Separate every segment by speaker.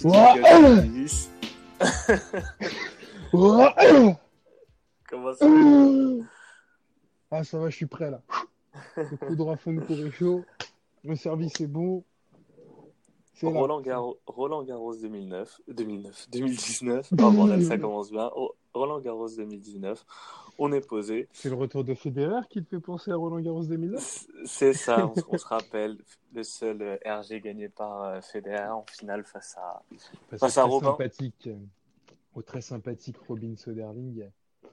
Speaker 1: qui dit que 10. Comment ça?
Speaker 2: Ah, ça va, je suis prêt là. Le coup droit fond de courée chaud. Le service est bon. C'est là.
Speaker 1: Roland Garros 2019. Oh bordel, ça commence bien. Roland Garros 2019. On est posé.
Speaker 2: C'est le retour de Federer qui te fait penser à Roland Garros 2009?
Speaker 1: C'est ça, on se rappelle. Le seul RG gagné par Federer en finale face à Robin.
Speaker 2: Au très sympathique Robin Söderling.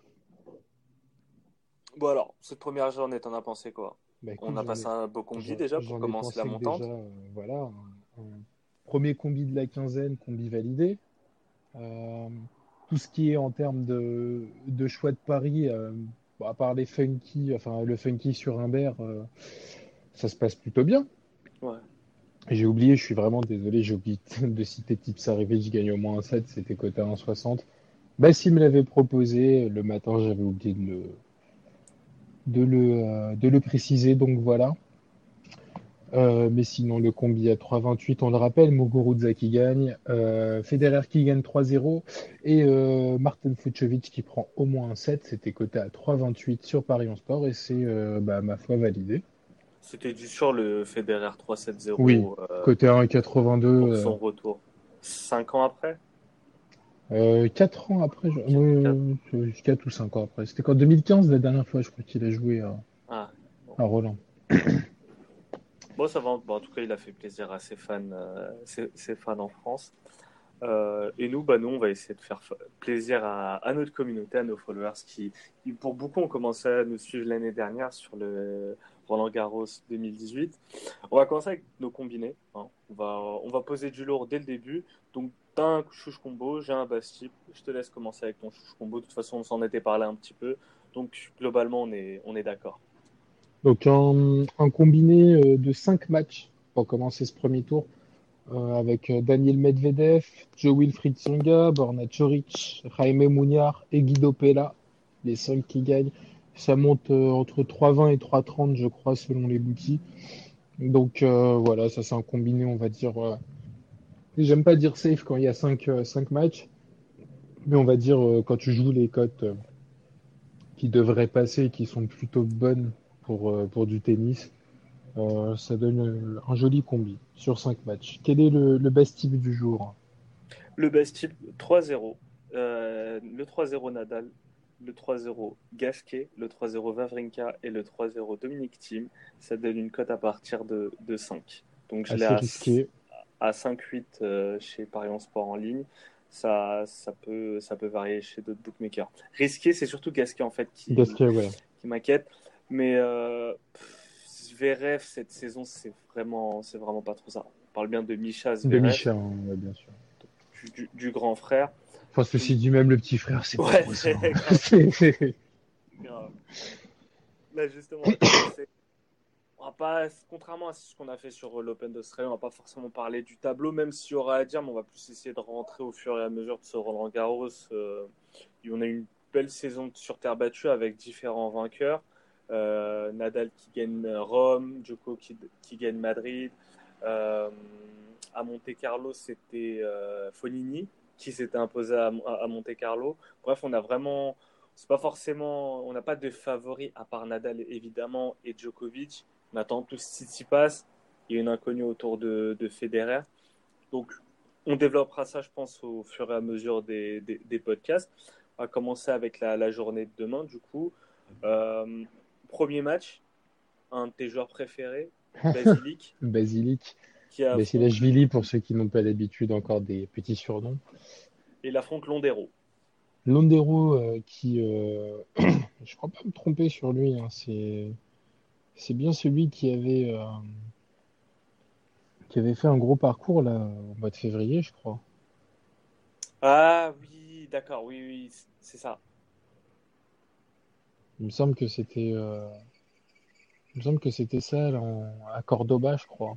Speaker 1: Bon alors, cette première journée, t'en as pensé quoi?
Speaker 2: Bah
Speaker 1: On
Speaker 2: écoute,
Speaker 1: a passé un beau combi déjà pour
Speaker 2: j'en ai
Speaker 1: commencer la
Speaker 2: pensé que déjà,
Speaker 1: montante.
Speaker 2: voilà, un premier combi de la quinzaine, combi validé. Euh, Tout ce qui est en termes de choix de paris, bon, à part les funky, enfin le funky sur Humbert, ça se passe plutôt bien.
Speaker 1: Ouais.
Speaker 2: J'ai oublié, je suis vraiment désolé, j'ai oublié de citer Tips Arrivé, je gagne au moins un 7, c'était coté à 1,60. Bassi me l'avait proposé, le matin j'avais oublié de le préciser, donc voilà. Mais sinon, le combi à 3,28, on le rappelle, Muguruza qui gagne, Federer qui gagne 3-0 et Martin Fucsovics qui prend au moins un 7. C'était coté à 3,28 sur Paris en Sport et c'est, ma foi, validé.
Speaker 1: C'était du sur le Federer
Speaker 2: Oui,
Speaker 1: 3-7-0
Speaker 2: coté à 1,82.
Speaker 1: pour son retour. 5 ans après?
Speaker 2: 4 ans après,
Speaker 1: Quatre-
Speaker 2: 4 ou 5 ans après. C'était quand 2015, la dernière fois, je crois qu'il a joué
Speaker 1: Ah, bon.
Speaker 2: à Roland.
Speaker 1: Bon, ça va. Bon, en tout cas, il a fait plaisir à ses fans en France. Et nous, nous, on va essayer de faire plaisir à notre communauté, à nos followers qui, pour beaucoup, ont commencé à nous suivre l'année dernière sur le Roland Garros 2018. On va commencer avec nos combinés. Hein. On va poser du lourd dès le début. Donc, t'as un chouche combo, j'ai un Bastip. Je te laisse commencer avec ton chouche combo. De toute façon, on s'en était parlé un petit peu. Donc, globalement, on est d'accord.
Speaker 2: Donc, un combiné de 5 matchs pour commencer ce premier tour. Avec Daniel Medvedev, Joe-Wilfried Tsonga, Borna Coric, Jaime Muñoz et Guido Pella, les 5 qui gagnent. Ça monte entre 3,20 et 3,30, je crois, selon les boutiques. Donc voilà, ça c'est un combiné, on va dire. J'aime pas dire safe quand il y a 5 matchs, mais on va dire quand tu joues les cotes qui devraient passer et qui sont plutôt bonnes pour du tennis, ça donne un joli combi sur 5 matchs. Quel est le best tip du jour?
Speaker 1: Le Bastip 3-0. Le 3-0 Nadal, le 3-0 Gasquet, le 3-0 Wawrinka et le 3-0 Dominic Thiem. Ça donne une cote à partir de 5. Donc je l'ai
Speaker 2: Assez risqué.
Speaker 1: à 5,8 chez Parion Sport en ligne. Ça peut varier chez d'autres bookmakers. Risqué, c'est surtout Gasquet en fait qui,
Speaker 2: Gasquet, ouais.
Speaker 1: qui m'inquiète. Mais Zverev, cette saison, c'est vraiment pas trop ça. On parle bien de Misha Zverev,
Speaker 2: Demi-chat, hein, ouais, bien sûr.
Speaker 1: du grand frère.
Speaker 2: Enfin, ceci dit, même le petit frère, c'est pas
Speaker 1: Ouais,
Speaker 2: trop ça,
Speaker 1: c'est
Speaker 2: hein.
Speaker 1: grave, grave. Là, justement, on va pas, contrairement à ce qu'on a fait sur l'Open d'Australie, on va pas forcément parler du tableau, même s'il y aura à dire, mais on va plus essayer de rentrer au fur et à mesure de ce Roland Garros. On a eu une belle saison sur terre battue avec différents vainqueurs. Nadal qui gagne Rome, Djoko qui gagne Madrid. Euh, à Monte Carlo, c'était Fonini qui s'était imposé à Monte Carlo. Bref, on a vraiment, c'est pas forcément, on n'a pas de favoris à part Nadal évidemment et Djokovic. On attend plus Tsitsipas. Il y a une inconnue autour de Federer. Donc, on développera ça, je pense, au fur et à mesure des podcasts. On va commencer avec la journée de demain, du coup. Euh, Premier match, un de tes joueurs préférés, Basilic,
Speaker 2: Basilic.
Speaker 1: qui affronte
Speaker 2: Basilashvili, pour ceux qui n'ont pas l'habitude, encore des petits surnoms.
Speaker 1: il affronte Londero.
Speaker 2: Londero, je crois pas me tromper sur lui, hein, c'est bien celui qui avait fait un gros parcours là, au mois de février, je crois.
Speaker 1: Ah oui, d'accord, oui, oui, c'est ça.
Speaker 2: Il me semble que il me semble que c'était ça, là, à Cordoba, je crois.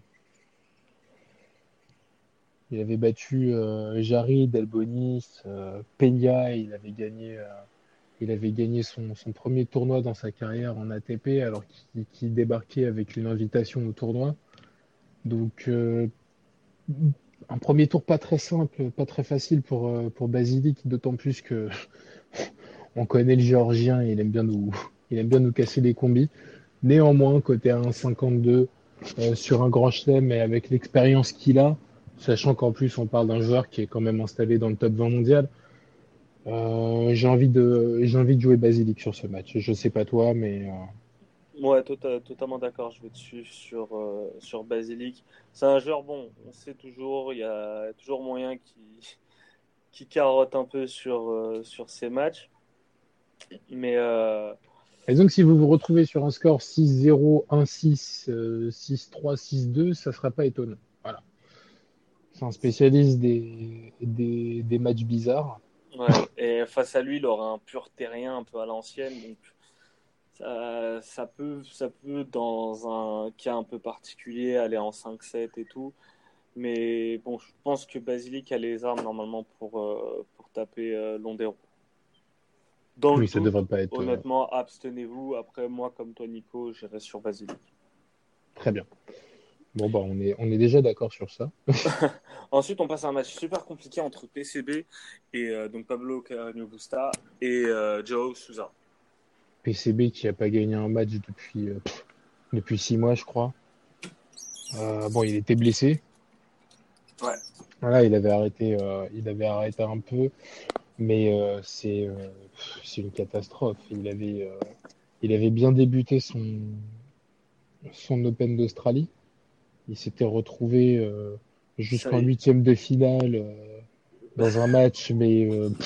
Speaker 2: Il avait battu Jarry, Delbonis, Peña, il avait gagné son premier tournoi dans sa carrière en ATP alors qu'il débarquait avec une invitation au tournoi. Donc Un premier tour pas très simple, pas très facile pour Basilic, d'autant plus que on connaît le Géorgien et il aime bien nous casser les combis. Néanmoins, côté 1,52 sur un grand chelem et avec l'expérience qu'il a, sachant qu'en plus on parle d'un joueur qui est quand même installé dans le top 20 mondial, j'ai envie de jouer Basilic sur ce match. Je sais pas toi, mais
Speaker 1: Ouais, totalement d'accord. Je vais te suivre sur Basilic. C'est un joueur bon. On sait toujours, il y a toujours moyen qui carotte un peu sur ces matchs. Mais
Speaker 2: et donc si vous vous retrouvez sur un score 6-0, 1-6, 6-3, 6-2, ça sera pas étonnant. Voilà. C'est un spécialiste des matchs bizarres.
Speaker 1: ouais, et face à lui, il aura un pur terrien un peu à l'ancienne. Donc ça peut, dans un cas un peu particulier, aller en 5-7 et tout. Mais bon, je pense que Basilic a les armes normalement pour taper Londero. Dans le
Speaker 2: Oui, ça
Speaker 1: doute,
Speaker 2: devrait pas être
Speaker 1: honnêtement, abstenez-vous. Après, moi, comme toi, Nico, j'irai sur Basilic.
Speaker 2: très bien. Bon, bah, on est déjà d'accord sur ça.
Speaker 1: Ensuite, on passe à un match super compliqué entre PCB et donc Pablo Carreño Busta et Joao Souza.
Speaker 2: PCB qui a pas gagné un match depuis 6 mois, je crois. Bon, il était blessé.
Speaker 1: Ouais.
Speaker 2: Voilà, il avait arrêté un peu, mais c'est une catastrophe. Il avait bien débuté son Open d'Australie. Il s'était retrouvé
Speaker 1: Ça
Speaker 2: jusqu'en
Speaker 1: y est.
Speaker 2: huitième de finale dans un match, mais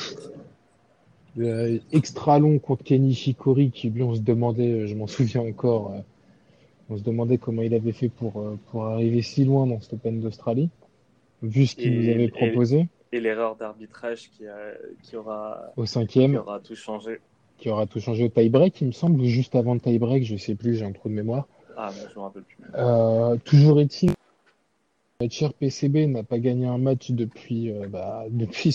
Speaker 2: extra long contre Kenny Shikori, qui lui, on se demandait, je m'en souviens encore, on se demandait comment il avait fait pour arriver si loin dans cet Open d'Australie, vu ce qu'il nous avait
Speaker 1: Et, et,
Speaker 2: proposé
Speaker 1: et l'erreur d'arbitrage qui aura,
Speaker 2: au
Speaker 1: qui
Speaker 2: cinquième,
Speaker 1: aura tout changé.
Speaker 2: qui aura tout changé au tie-break, il me semble, ou juste avant le tie-break, je sais plus, j'ai un trou de mémoire.
Speaker 1: Ah, moi, je me rappelle plus.
Speaker 2: Toujours est-il, notre cher PCB n'a pas gagné un match depuis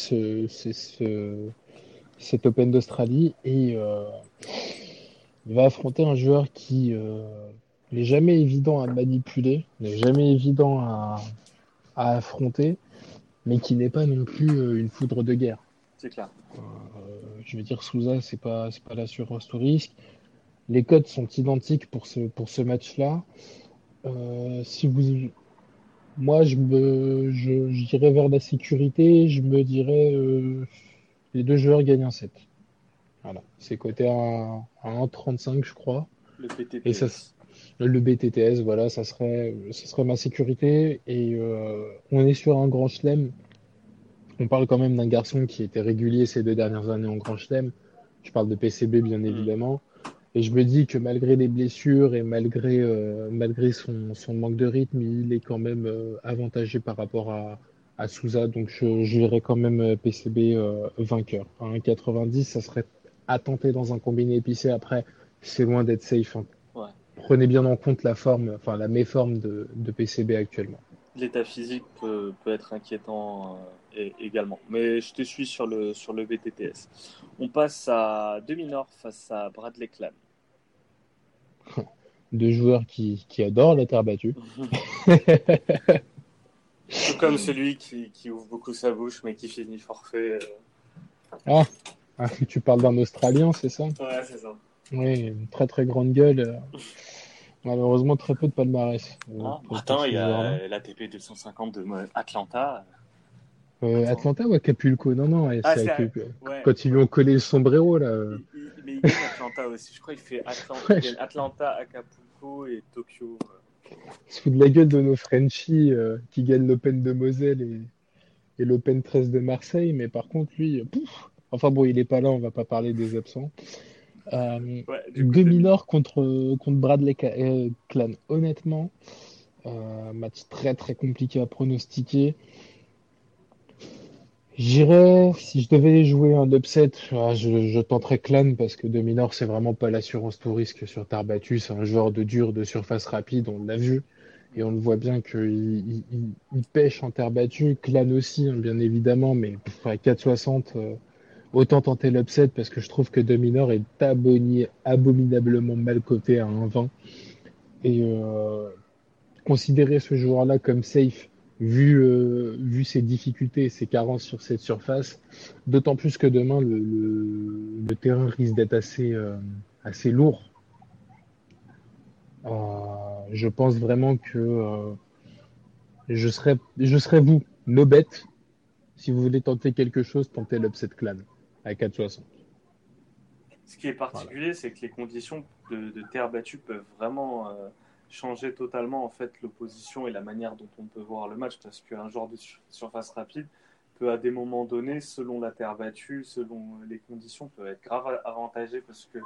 Speaker 2: cet Open d'Australie et il va affronter un joueur qui n'est jamais évident à manipuler, n'est jamais évident à affronter, mais qui n'est pas non plus une foudre de guerre.
Speaker 1: C'est clair.
Speaker 2: Je veux dire, Souza, c'est pas l'assurance tout risque. Les codes sont identiques pour ce match-là. Si vous, moi, je dirais vers la sécurité, je me dirais les deux joueurs gagnent un set. Voilà, c'est coté à 1,35, je crois.
Speaker 1: Le
Speaker 2: Et ça,
Speaker 1: PTTS.
Speaker 2: le BTTS, voilà, ça serait ma sécurité. Et on est sur un grand chelem. On parle quand même d'un garçon qui était régulier ces 2 dernières années en grand chelem. Je parle de PCB, bien
Speaker 1: Hmm.
Speaker 2: évidemment. Et je me dis que malgré les blessures et malgré son manque de rythme, il est quand même avantagé par rapport à Souza. Donc je verrais quand même PCB vainqueur. À 1,90, ça serait à tenter dans un combiné épicé. Après, c'est loin d'être safe, hein.
Speaker 1: Ouais.
Speaker 2: Prenez bien en compte la forme, enfin la méforme de PCB actuellement.
Speaker 1: L'état physique peut être inquiétant également. Mais je te suis sur le BTTS. On passe à Demi-Nord face à Bradley Clan.
Speaker 2: Deux joueurs qui adorent la terre battue.
Speaker 1: Tout comme celui qui ouvre beaucoup sa bouche mais qui finit forfait.
Speaker 2: Ah, ah, tu parles d'un Australien, c'est ça?
Speaker 1: Ouais, c'est ça.
Speaker 2: Oui, une très très grande gueule. Malheureusement, très peu de palmarès
Speaker 1: Ah,
Speaker 2: pour
Speaker 1: attends, il
Speaker 2: ce
Speaker 1: y
Speaker 2: joueur-là.
Speaker 1: a l'ATP 250 de Atlanta. Attends.
Speaker 2: Atlanta ou Acapulco? Non, non,
Speaker 1: Ah,
Speaker 2: c'est
Speaker 1: ouais,
Speaker 2: quand ils lui
Speaker 1: ouais.
Speaker 2: ont collé le sombrero, là.
Speaker 1: Mais il gagne Atlanta aussi. Je crois qu'il fait il
Speaker 2: Ouais,
Speaker 1: gagne Atlanta, Acapulco et Tokyo.
Speaker 2: il se fout de la gueule de nos Frenchies qui gagnent l'Open de Moselle et l'Open 13 de Marseille, mais par contre, lui, pouf. Enfin bon, il est pas là, on va pas parler des absents.
Speaker 1: Ouais, du coup, demi-nord.
Speaker 2: Demi-nord contre Bradley Clan. Honnêtement, match très très compliqué à pronostiquer. J'irais, si je devais jouer un upset, je tenterais Clan parce que Dominor, c'est vraiment pas l'assurance tout risque sur terre battue. C'est un joueur de dur, de surface rapide, on l'a vu. Et on le voit bien qu'il pêche en terre battue. Clan aussi, hein, bien évidemment, mais à 4,60, autant tenter l'upset parce que je trouve que Dominor est abominablement mal coté à 1,20. Et considérer ce joueur-là comme safe, vu ses difficultés et ses carences sur cette surface, d'autant plus que demain, le terrain risque d'être assez lourd. Je pense vraiment que je serais vous, no bet. Si vous voulez tenter quelque chose, tentez l'upset clan à 4,60.
Speaker 1: Ce qui est
Speaker 2: Voilà.
Speaker 1: particulier, c'est que les conditions de terre battue peuvent vraiment changer totalement en fait l'opposition et la manière dont on peut voir le match, parce qu'un joueur de surface rapide peut à des moments donnés, selon la terre battue, selon les conditions, peut être grave avantagé parce que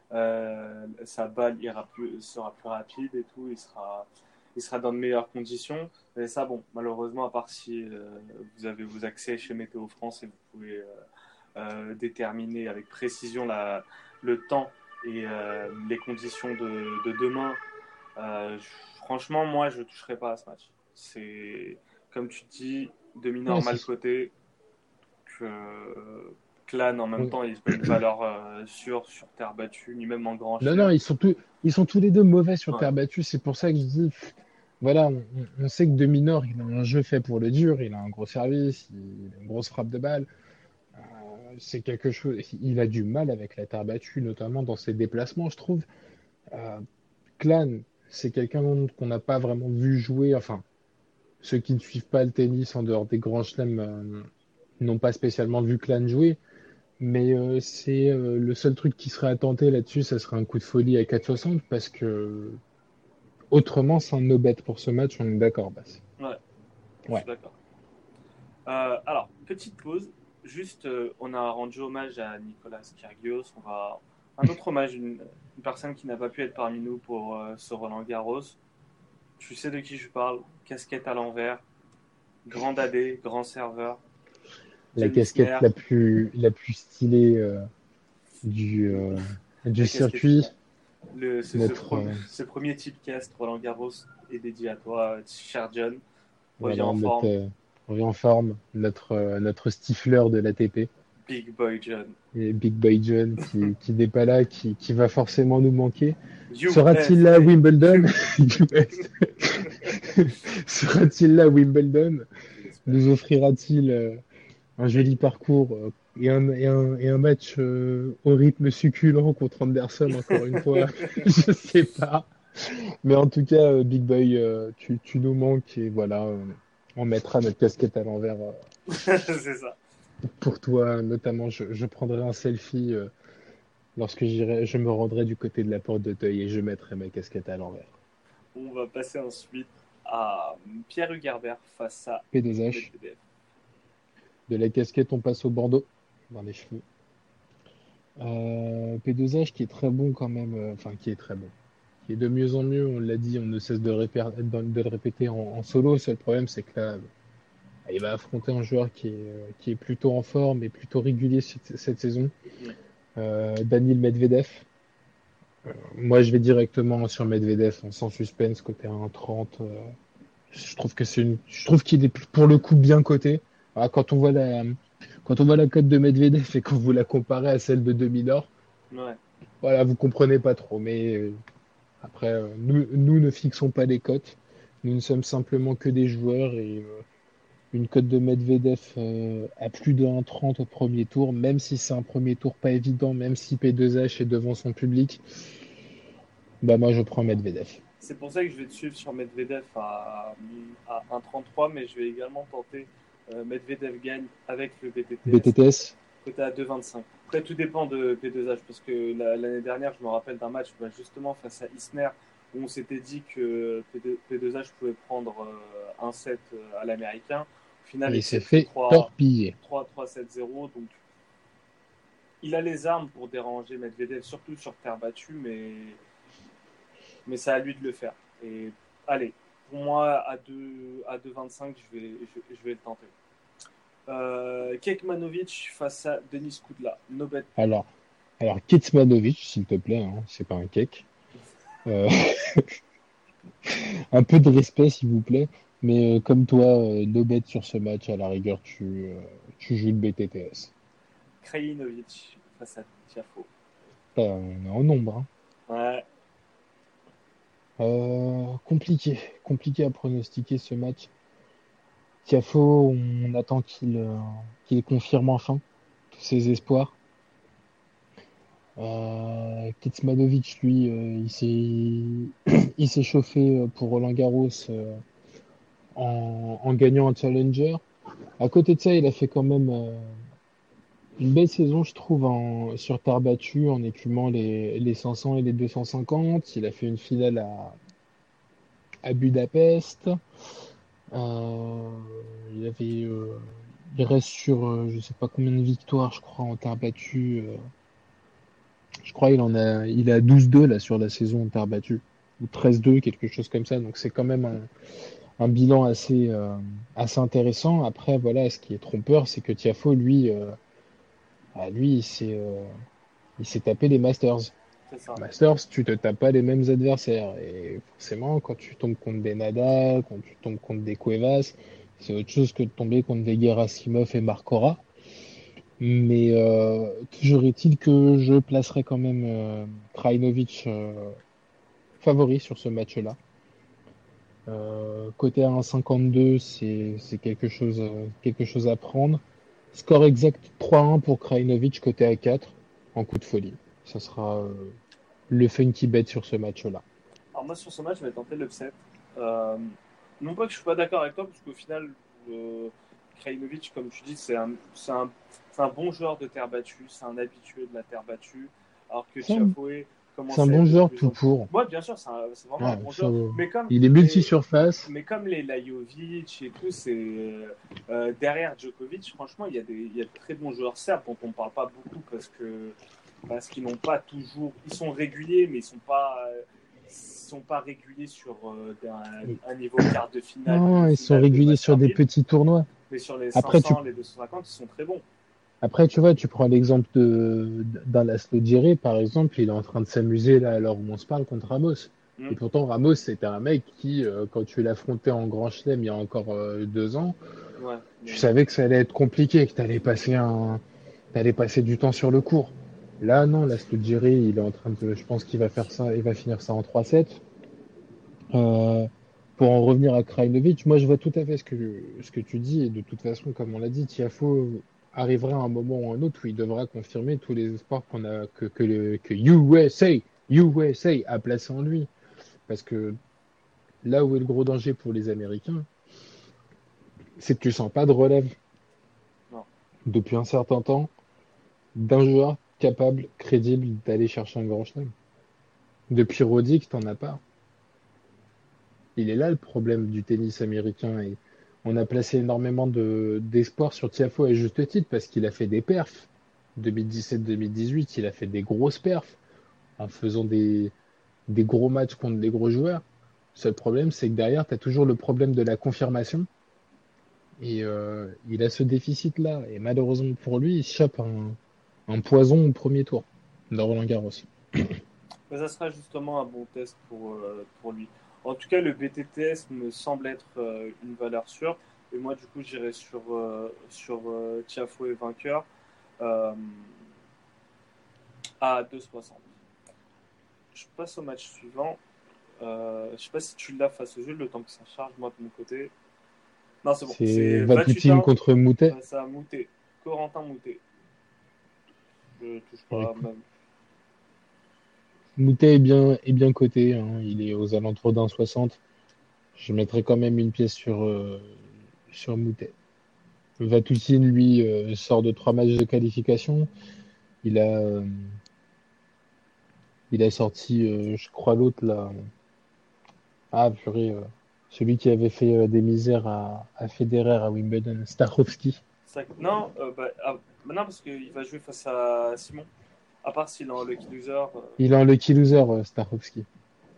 Speaker 1: sa balle sera plus rapide et tout, il sera dans de meilleures conditions. Et ça, bon, malheureusement, à part si vous avez vos accès chez Météo France et vous pouvez déterminer avec précision le temps et les conditions de demain. Euh, Franchement, moi, je ne toucherai pas à ce match. C'est, comme tu dis, demi-nord
Speaker 2: Ouais,
Speaker 1: mal coté, que Clan en même temps, ils n'ont pas une valeur sûre sur terre battue, ni même en grand
Speaker 2: non, non,
Speaker 1: chelem.
Speaker 2: ils sont tous les deux mauvais sur
Speaker 1: Ouais.
Speaker 2: terre battue. C'est pour ça que je dis, voilà, on sait que de Minor, il a un jeu fait pour le dur, il a un gros service, il a une grosse frappe de balle. C'est quelque chose. Il a du mal avec la terre battue, notamment dans ses déplacements, je trouve. Euh, Clan, c'est quelqu'un qu'on n'a pas vraiment vu jouer. Enfin, ceux qui ne suivent pas le tennis en dehors des grands chelems n'ont pas spécialement vu Clan jouer. Mais c'est le seul truc qui serait à tenter là-dessus, ça serait un coup de folie à 4,60 parce que autrement, c'est un no-bet pour ce match, on est d'accord, Bass.
Speaker 1: Ouais, je suis
Speaker 2: Ouais.
Speaker 1: d'accord. Alors, petite pause. Juste, on a rendu hommage à Nicolas Kyrgios. On va un autre hommage, une personne qui n'a pas pu être parmi nous pour ce Roland Garros. Tu sais de qui je parle? Casquette à l'envers, grand dadé, grand serveur,
Speaker 2: La
Speaker 1: John
Speaker 2: casquette
Speaker 1: Isner,
Speaker 2: la plus stylée du, euh, du
Speaker 1: la casquette
Speaker 2: circuit.
Speaker 1: finale. Le, ce, ce,
Speaker 2: Notre,
Speaker 1: premier, ce premier tipcast Roland Garros est dédié à toi, cher John. Reviens
Speaker 2: voilà,
Speaker 1: en forme.
Speaker 2: on revient en forme, notre stifleur de l'ATP.
Speaker 1: Big Boy John.
Speaker 2: Et Big Boy John qui n'est pas là, qui va forcément nous manquer. Sera-t-il là à
Speaker 1: USA.
Speaker 2: Wimbledon? Sera-t-il là à Wimbledon?
Speaker 1: J'espère.
Speaker 2: Nous offrira-t-il un
Speaker 1: Et
Speaker 2: joli parcours et un match au rythme succulent contre Anderson, encore une fois? Je sais pas. Mais en tout cas, Big Boy, tu nous manques et voilà, on mettra notre casquette à l'envers
Speaker 1: c'est ça.
Speaker 2: pour toi, notamment. Je prendrai un selfie lorsque je me rendrai du côté de la porte d'Auteuil et je mettrai ma casquette à l'envers.
Speaker 1: On va passer ensuite à Pierre Hugerbert face à
Speaker 2: P2H.
Speaker 1: Medvedev.
Speaker 2: De la casquette, on passe au bandeau dans les cheveux. P2H qui est très bon quand même, enfin qui est très bon, qui est de mieux en mieux, on l'a dit, on ne cesse de le répéter en solo. Le seul problème, c'est que là, il va affronter un joueur qui est plutôt en forme et plutôt régulier cette saison,
Speaker 1: Mm.
Speaker 2: Daniil Medvedev. Moi, je vais directement sur Medvedev, sans suspense, côté 1,30. Je trouve qu'il est pour le coup bien coté. Ah, quand on voit la cote de Medvedev et qu'on vous la comparez à celle de Demi-Nord,
Speaker 1: Ouais.
Speaker 2: voilà, vous comprenez pas trop. Mais après, nous ne fixons pas les cotes. Nous ne sommes simplement que des joueurs et une cote de Medvedev à plus de 1,30 au premier tour, même si c'est un premier tour pas évident, même si P2H est devant son public, bah moi je prends Medvedev.
Speaker 1: C'est pour ça que je vais te suivre sur Medvedev à 1,33, mais je vais également tenter Medvedev gagne avec le BTTS,
Speaker 2: BTTS,
Speaker 1: côté à 2,25. Après, tout dépend de P2H, parce que l'année dernière, je me rappelle d'un match justement face à Isner, où on s'était dit que P2H pouvait prendre un set à l'américain. Au final,
Speaker 2: et il
Speaker 1: il s'est
Speaker 2: s'est
Speaker 1: pris
Speaker 2: fait torpiller.
Speaker 1: 3-7-0, donc il a les armes pour déranger Medvedev, surtout sur terre battue, mais c'est à lui de le faire. Et allez, pour moi, à 2,25, je vais le tenter. Kekmanovic face à Denis Kudla. No bet pour moi.
Speaker 2: Alors, Kecmanovic, s'il te plaît, hein, c'est pas un cake. Euh, un peu de respect, s'il vous plaît. Mais comme toi, no bet sur ce match, à la rigueur, tu joues le BTTS.
Speaker 1: Krajinovic face à Tiafo.
Speaker 2: On est en nombre, hein.
Speaker 1: Ouais,
Speaker 2: Compliqué à pronostiquer ce match. Tiafo, on attend qu'il confirme enfin tous ses espoirs. Kecmanovic, lui, il s'est chauffé pour Roland Garros en gagnant un challenger. À côté de ça, il a fait quand même une belle saison, je trouve, sur terre battue, en écumant les 500 et les 250. Il a fait une finale à Budapest. Euh, il avait, il reste sur, je sais pas combien de victoires, je crois, en terre battue. Je crois il a 12-2 là sur la saison en terre battue, ou 13-2, quelque chose comme ça. Donc c'est quand même un bilan assez intéressant. Après, voilà, ce qui est trompeur, c'est que Tiafo, lui, il s'est tapé les Masters.
Speaker 1: C'est ça.
Speaker 2: Masters, tu te tapes pas les mêmes adversaires. Et forcément, quand tu tombes contre des Nadal, quand tu tombes contre des Cuevas, c'est autre chose que de tomber contre des Gerasimov et Marcora. Mais toujours est-il que je placerai quand même Krajinovic favori sur ce match-là. Côté 1,52, c'est quelque chose à prendre. Score exact 3-1 pour Krajinovic côté A4 en coup de folie. Ça sera le funky bet sur ce match-là.
Speaker 1: Alors moi sur ce match, je vais tenter l'upset. Euh, non pas que je suis pas d'accord avec toi, parce qu'au final, euh, Krajinovic, comme tu dis, c'est un bon joueur de terre battue, c'est un habitué de la terre battue, alors que
Speaker 2: C'est un,
Speaker 1: Tiafoe
Speaker 2: c'est
Speaker 1: commence
Speaker 2: un
Speaker 1: à
Speaker 2: bon
Speaker 1: être de
Speaker 2: joueur
Speaker 1: plus
Speaker 2: tout
Speaker 1: en plus.
Speaker 2: court.
Speaker 1: Ouais, bien sûr, c'est vraiment un
Speaker 2: Ouais,
Speaker 1: bon joueur,
Speaker 2: il est multi-surface.
Speaker 1: mais comme les Lajovic et tout, derrière Djokovic, franchement, il y a de très bons joueurs serbes dont on ne parle pas beaucoup parce qu'ils n'ont pas toujours, ils sont réguliers, mais sont pas réguliers sur un niveau quart de finale,
Speaker 2: Non, ils sont
Speaker 1: demi-finale de
Speaker 2: réguliers sur
Speaker 1: Master
Speaker 2: des
Speaker 1: 1000,
Speaker 2: petits tournois.
Speaker 1: mais sur les
Speaker 2: Après, tu
Speaker 1: 500, les 250, ils sont très bons.
Speaker 2: Après, tu vois, tu prends l'exemple d'un Laslo Djere, par exemple, il est en train de s'amuser là alors où on se parle contre Ramos. Et
Speaker 1: Mm.
Speaker 2: pourtant, Ramos, c'était un mec qui, quand tu l'affrontais en Grand Chelem il y a encore 2 ans,
Speaker 1: Ouais,
Speaker 2: tu
Speaker 1: mais
Speaker 2: savais que ça allait être compliqué, que t'allais passer du temps sur le court. Là, non, Laslo Djere, il est en train de, je pense qu'il va faire ça, il va finir ça en 3-7. Euh, pour en revenir à Krajinovic, moi je vois tout à fait ce que tu dis, et de toute façon, comme on l'a dit, Tiafo arrivera à un moment ou à un autre où il devra confirmer tous les espoirs que USA a placé en lui. Parce que là où est le gros danger pour les Américains, c'est que tu sens pas de relève
Speaker 1: non.
Speaker 2: depuis un certain temps d'un joueur capable, crédible d'aller chercher un grand chelem. Depuis Roddick, t'en as pas. Il est là le problème du tennis américain et on a placé énormément d'espoir sur Tiafoe à juste titre parce qu'il a fait des perfs. 2017-2018, il a fait des grosses perfs en faisant des gros matchs contre des gros joueurs. Le seul problème, c'est que derrière, tu as toujours le problème de la confirmation et il a ce déficit-là. Et malheureusement pour lui, il chope un poison au premier tour de Roland Garros.
Speaker 1: Mais ça sera justement un bon test pour lui. En tout cas, le BTTS me semble être une valeur sûre. Et moi, du coup, j'irai sur Tiafoe vainqueur euh, à 2,60. Je passe au match suivant. Je sais pas si tu l'as face au jeu, le temps que ça charge, moi de mon côté. Non, c'est bon.
Speaker 2: C'est
Speaker 1: C'est
Speaker 2: Vatoutine
Speaker 1: 28
Speaker 2: contre Moutet.
Speaker 1: face à Moutet. Corentin Moutet. Je touche
Speaker 2: Bon,
Speaker 1: pas,
Speaker 2: écoute,
Speaker 1: même.
Speaker 2: Moutet est bien coté, hein. Il est aux alentours d'un 60. Je mettrais quand même une pièce sur Moutet. Vatoutine, lui, sort de 3 matchs de qualification. Il a, euh, il a sorti, je crois, l'autre, là. Ah, purée, celui qui avait fait des misères à Federer à Wimbledon, Starkovski.
Speaker 1: Non, non, parce qu'il va jouer face à Simon. À part s'il est en Lucky Loser,
Speaker 2: Il est un lucky loser, Starkovski.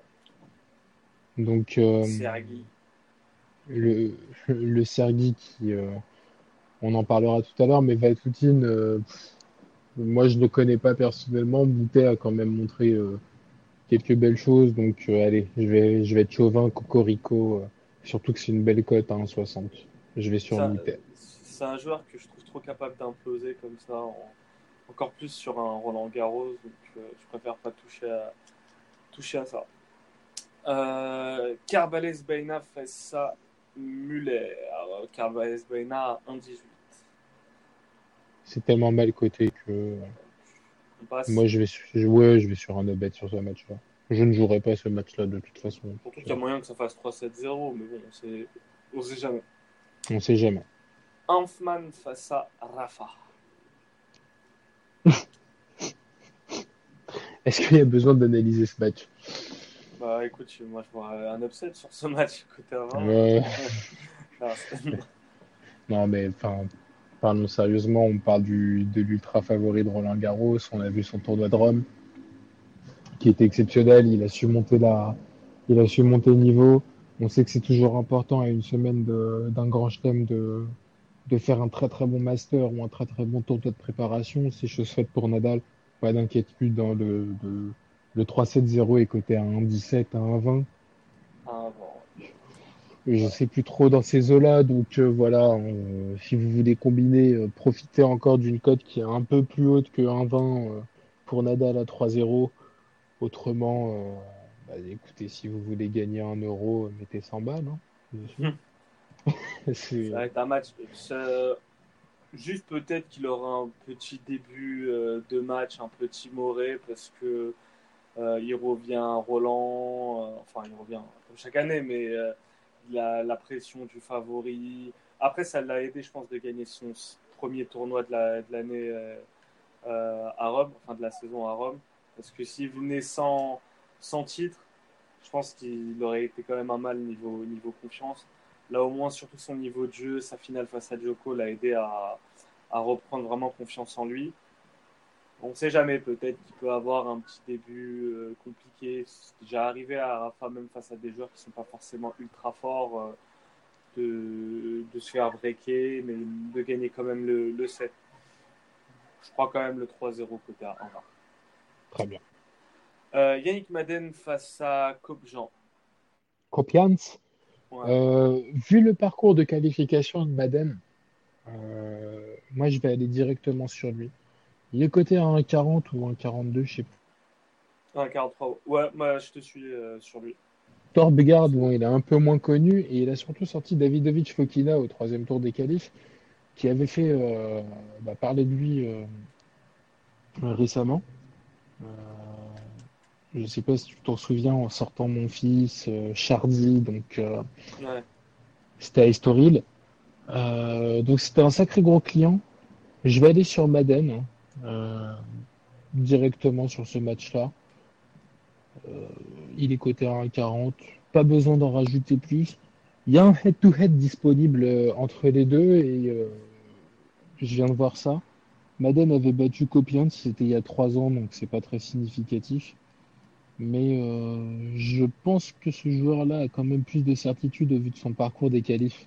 Speaker 2: Donc,
Speaker 1: c'est Agui.
Speaker 2: le, le Sergi qui, on en parlera tout à l'heure, mais Vatoutine, moi, je ne le connais pas personnellement. Moutet a quand même montré quelques belles choses. Donc, allez, je vais être chauvin, cocorico. Surtout que c'est une belle cote à 1,60. Je vais sur Moutet.
Speaker 1: C'est un joueur que je trouve trop capable d'imploser comme ça, encore plus sur un Roland Garros. Donc je préfère pas toucher à ça. Carbales Baina face à Muller, Carvalho Baena 1,18.
Speaker 2: C'est tellement mal coté que
Speaker 1: On passe.
Speaker 2: moi, ouais, je vais sur un no bet sur ce match-là. Je ne jouerai pas ce match-là de toute façon.
Speaker 1: Surtout qu'il y a moyen que ça fasse 3-7-0, mais bon, on sait jamais.
Speaker 2: On sait jamais.
Speaker 1: Hanfman face à Rafa.
Speaker 2: Est-ce qu'il y a besoin d'analyser ce match?
Speaker 1: Bah écoute, moi je vois un upset sur ce match côté à 20.
Speaker 2: Euh,
Speaker 1: Non,
Speaker 2: Non, mais enfin, parlons sérieusement. On parle de l'ultra favori de Roland Garros. On a vu son tournoi de Rome, qui était exceptionnel. Il a su monter le niveau. On sait que c'est toujours important à une semaine d'un grand chelem de faire un très très bon master ou un très très bon tournoi de préparation. C'est chose faite pour Nadal. Pas d'inquiétude dans le 3-7-0 est coté à 1,17, à 1,20.
Speaker 1: ah, bon.
Speaker 2: Je sais plus trop dans ces eaux-là, donc voilà, si vous voulez combiner, profitez encore d'une cote qui est un peu plus haute que 1,20 pour Nadal à 3-0. Autrement, bah, écoutez, si vous voulez gagner 1 euro, mettez 100 balles, hein, dessus.
Speaker 1: Ça
Speaker 2: C'est...
Speaker 1: va être un match. Juste peut-être qu'il aura un petit début de match un peu timoré parce que il revient Roland, enfin il revient comme chaque année, mais il a la pression du favori. Après, ça l'a aidé, je pense, de gagner son premier tournoi de l'année à Rome, enfin de la saison à Rome. Parce que s'il venait sans titre, je pense qu'il aurait été quand même un mal niveau confiance. Là, au moins, surtout son niveau de jeu, sa finale face à Djoko l'a aidé à reprendre vraiment confiance en lui. On ne sait jamais, peut-être qu'il peut avoir un petit début compliqué. C'est déjà arrivé à Rafa, même face à des joueurs qui ne sont pas forcément ultra forts, de se faire breaker, mais de gagner quand même le set. Je crois quand même le 3-0 côté à 1-20.
Speaker 2: Très bien.
Speaker 1: Yannick Madden face à Kobjan.
Speaker 2: Kopians,
Speaker 1: Ouais.
Speaker 2: vu le parcours de qualification de Madden, moi je vais aller directement sur lui. Il est coté à 1,40 ou 1,42, je sais plus.
Speaker 1: 1-43. Ouais, moi je te suis sur lui.
Speaker 2: Torbegaard, bon,
Speaker 1: C'est-
Speaker 2: il est un peu moins connu et il a surtout sorti Davidovic Fokina au troisième tour des qualifs, qui avait fait parler de lui récemment. Euh, je ne sais pas si tu t'en souviens en sortant mon fils, Chardy, donc
Speaker 1: Ouais.
Speaker 2: c'était à Estoril. Donc c'était un sacré gros client. Je vais aller sur Madden directement sur ce match-là. Il est coté à 1,40. Pas besoin d'en rajouter plus. Il y a un head-to-head disponible entre les deux et je viens de voir ça. Madden avait battu Copian, c'était il y a 3 ans, donc c'est pas très significatif. Mais je pense que ce joueur-là a quand même plus de certitude au vu de son parcours des qualifs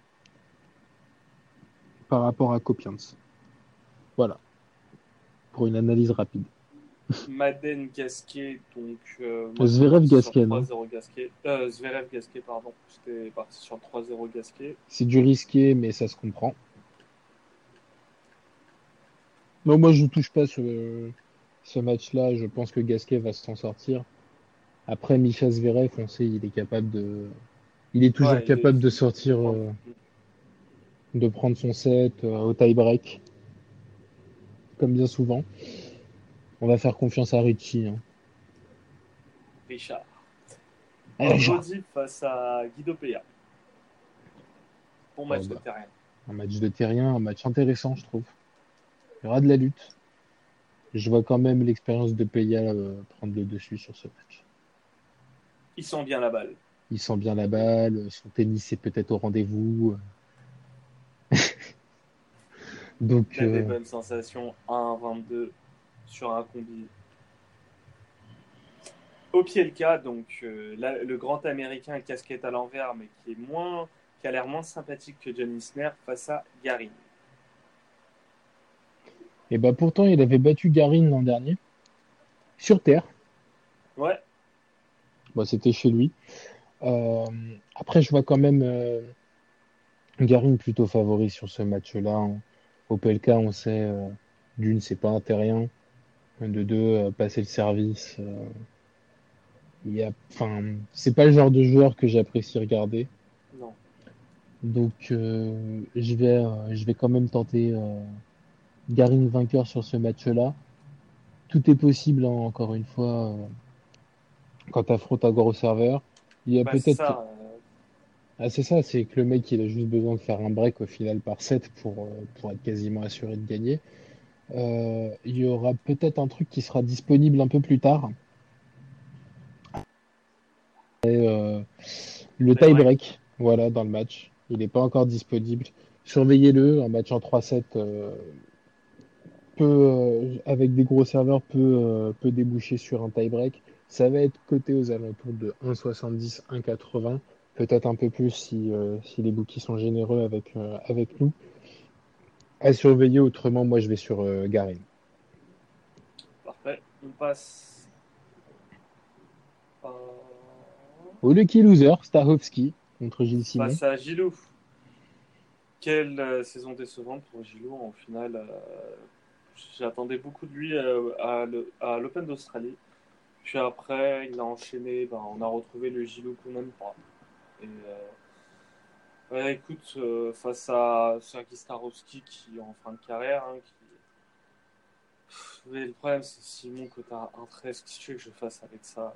Speaker 2: par rapport à Copians. Voilà, pour une analyse rapide.
Speaker 1: Madden Gasquet, donc moi j'étais
Speaker 2: Zverev
Speaker 1: parti sur
Speaker 2: Gasquet, hein.
Speaker 1: 3-0 Gasquet. Zverev Gasquet, pardon. J'étais parti sur 3-0 Gasquet.
Speaker 2: C'est du risqué, mais ça se comprend. Non, moi je ne touche pas ce match-là. Je pense que Gasquet va s'en sortir. Après, Micha Zverev, on sait, il est toujours
Speaker 1: Ouais, il est
Speaker 2: capable de
Speaker 1: toujours de
Speaker 2: sortir,
Speaker 1: prendre.
Speaker 2: de prendre son set au tie-break, comme bien souvent. On va faire confiance à Richie, hein.
Speaker 1: Richard.
Speaker 2: Jean.
Speaker 1: Rodri face à Guido Pella. Bon
Speaker 2: Oh,
Speaker 1: match de
Speaker 2: bah,
Speaker 1: terrain.
Speaker 2: un match de terrien, un match intéressant, je trouve. Il y aura de la lutte. Je vois quand même l'expérience de Peya prendre le dessus sur ce match.
Speaker 1: Il sent bien la balle.
Speaker 2: Il sent bien la balle, son tennis est peut-être au rendez-vous. Donc,
Speaker 1: Il a des bonnes sensations. 1-22 sur un combi. Opielka, donc le grand américain casquette à l'envers, mais qui a l'air moins sympathique que John Isner face à Garin.
Speaker 2: et bah pourtant, il avait battu Garin l'an dernier, sur terre.
Speaker 1: Ouais,
Speaker 2: Bon, c'était chez lui. Euh, Après, je vois quand même Garin plutôt favori sur ce match-là, hein. Opelka, on sait, d'une, c'est pas un terrien. De deux, passer le service. Enfin, c'est pas le genre de joueur que j'apprécie regarder.
Speaker 1: non.
Speaker 2: Donc, je vais quand même tenter Garin vainqueur sur ce match-là. Tout est possible, hein, encore une fois, quand tu affrontes un gros serveur. Il y a
Speaker 1: Bah, c'est
Speaker 2: peut-être.
Speaker 1: ça.
Speaker 2: Ah, c'est ça, c'est que le mec, il a juste besoin de faire un break au final par set pour être quasiment assuré de gagner. Il y aura peut-être un truc qui sera disponible un peu plus tard. Le
Speaker 1: Tie break.
Speaker 2: tie-break, voilà, dans le match. Il n'est pas encore disponible. Surveillez-le. Un match en 3-7 avec des gros serveurs peut déboucher sur un tie-break. Ça va être coté aux alentours de 1,70, 1,80. Peut-être un peu plus si les bookies sont généreux avec nous. À surveiller, autrement, moi je vais sur Garin.
Speaker 1: Parfait. On passe. euh,
Speaker 2: Au Lucky Loser, Starhovski contre Gilles Simon.
Speaker 1: Face à Gilou. Quelle saison décevante pour Gilou. En finale, j'attendais beaucoup de lui à l'Open d'Australie. Puis après, il a enchaîné. Ben, on a retrouvé le Gilou qu'on n'aime pas. Et ouais, écoute, face à Sergei Starowski qui est en fin de carrière, hein, mais le problème c'est Simon que t'as un 13, qu'est-ce que tu veux que je fasse avec ça?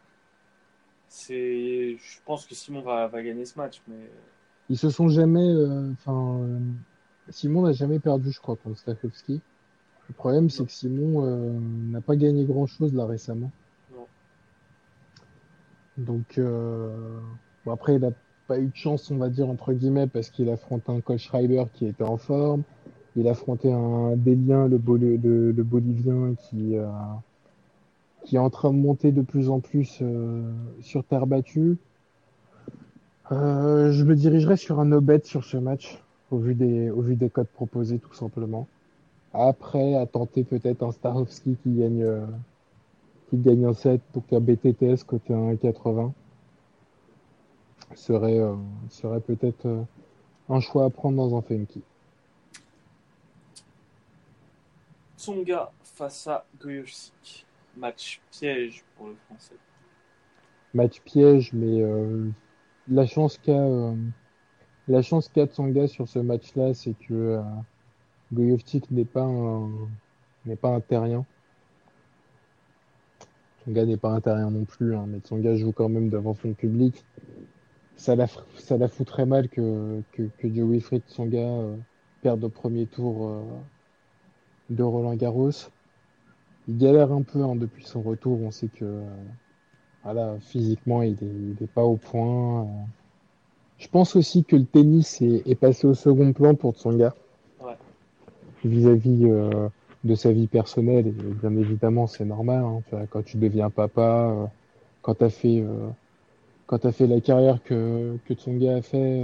Speaker 1: Je pense que Simon va gagner ce match, mais
Speaker 2: Ils se sont jamais. Simon n'a jamais perdu, je crois, contre Starhovski. Le problème, c'est
Speaker 1: non,
Speaker 2: que Simon n'a pas gagné grand-chose là récemment.
Speaker 1: non.
Speaker 2: Donc, bon, après, il n'a pas eu de chance, on va dire, entre guillemets, parce qu'il affronte un Cole Schreiber qui était en forme. Il affrontait un Délien, le Bolivien, qui est en train de monter de plus en plus sur terre battue. Je me dirigerai sur un no-bet sur ce match, au vu des codes proposés, tout simplement. Après, à tenter peut-être un Starowski qui gagne un set, donc un BTTS côté 1,80 serait, euh, serait peut-être un choix à prendre dans un funky.
Speaker 1: Tsonga face à Goyosik. Match piège pour le français.
Speaker 2: Match piège, mais la chance la chance qu'a Tsonga sur ce match-là, c'est que Goyovchik n'est pas un terrien. Tsonga n'est pas un terrien non plus, hein, mais Tsonga joue quand même devant son public. Ça la fout très mal que Joe Wilfried Tsonga perde au premier tour de Roland-Garros. Il galère un peu hein, depuis son retour. On sait que voilà, physiquement, il est pas au point. Je pense aussi que le tennis est passé au second plan pour Tsonga
Speaker 1: Ouais.
Speaker 2: vis-à-vis de sa vie personnelle. Et bien évidemment, c'est normal. Hein. Tu vois, quand tu deviens papa, quand tu as quand t'as fait la carrière que Tsonga a fait,